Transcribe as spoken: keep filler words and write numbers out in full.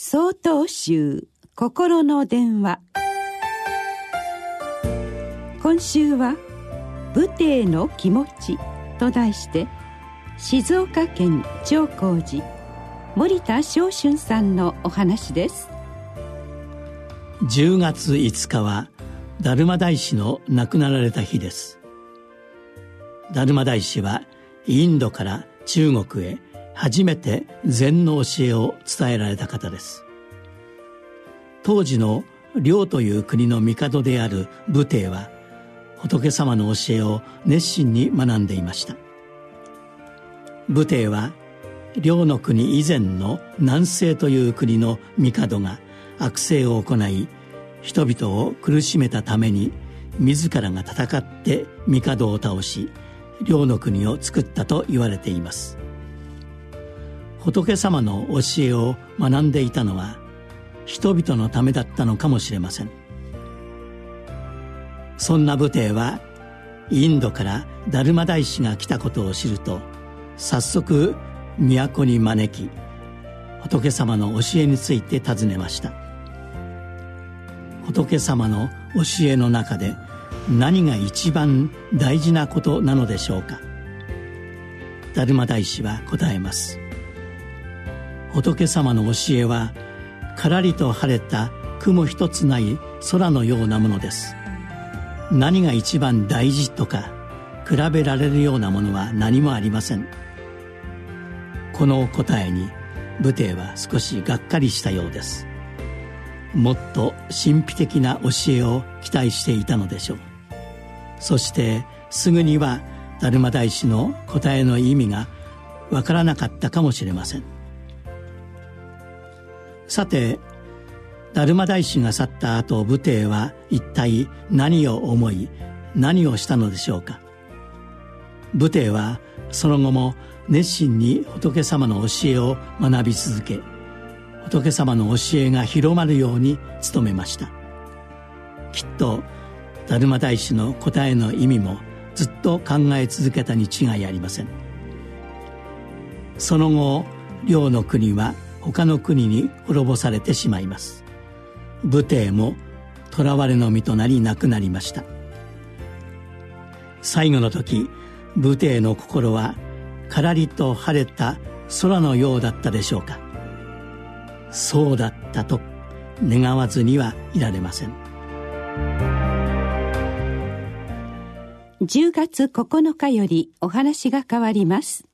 曹洞宗心の電話。今週は武帝の気持ちと題して、静岡県長光寺森田正春さんのお話です。 じゅうがついつかは達磨大師の亡くなられた日です。達磨大師はインドから中国へ初めて禅の教えを伝えられた方です。当時の遼という国の帝である武帝は仏様の教えを熱心に学んでいました。武帝は遼の国以前の南西という国の帝が悪政を行い、人々を苦しめたために自らが戦って帝を倒し、遼の国を作ったと言われています。仏様の教えを学んでいたのは人々のためだったのかもしれません。そんな武帝はインドから達磨大師が来たことを知ると、早速都に招き、仏様の教えについて尋ねました。仏様の教えの中で何が一番大事なことなのでしょうか。達磨大師は答えます。仏様の教えはからりと晴れた雲一つない空のようなものです。何が一番大事とか比べられるようなものは何もありません。この答えに武帝は少しがっかりしたようです。もっと神秘的な教えを期待していたのでしょう。そしてすぐには達磨大師の答えの意味がわからなかったかもしれません。さて、達磨大師が去った後、武帝は一体何を思い何をしたのでしょうか。武帝はその後も熱心に仏様の教えを学び続け、仏様の教えが広まるように努めました。きっと達磨大師の答えの意味もずっと考え続けたに違いありません。その後、遼の国は他の国に滅ぼされてしまいます。武帝も囚われの身となり亡くなりました。最後の時、武帝の心はからりと晴れた空のようだったでしょうか。そうだったと願わずにはいられません。 じゅうがつここのかよりお話が変わります。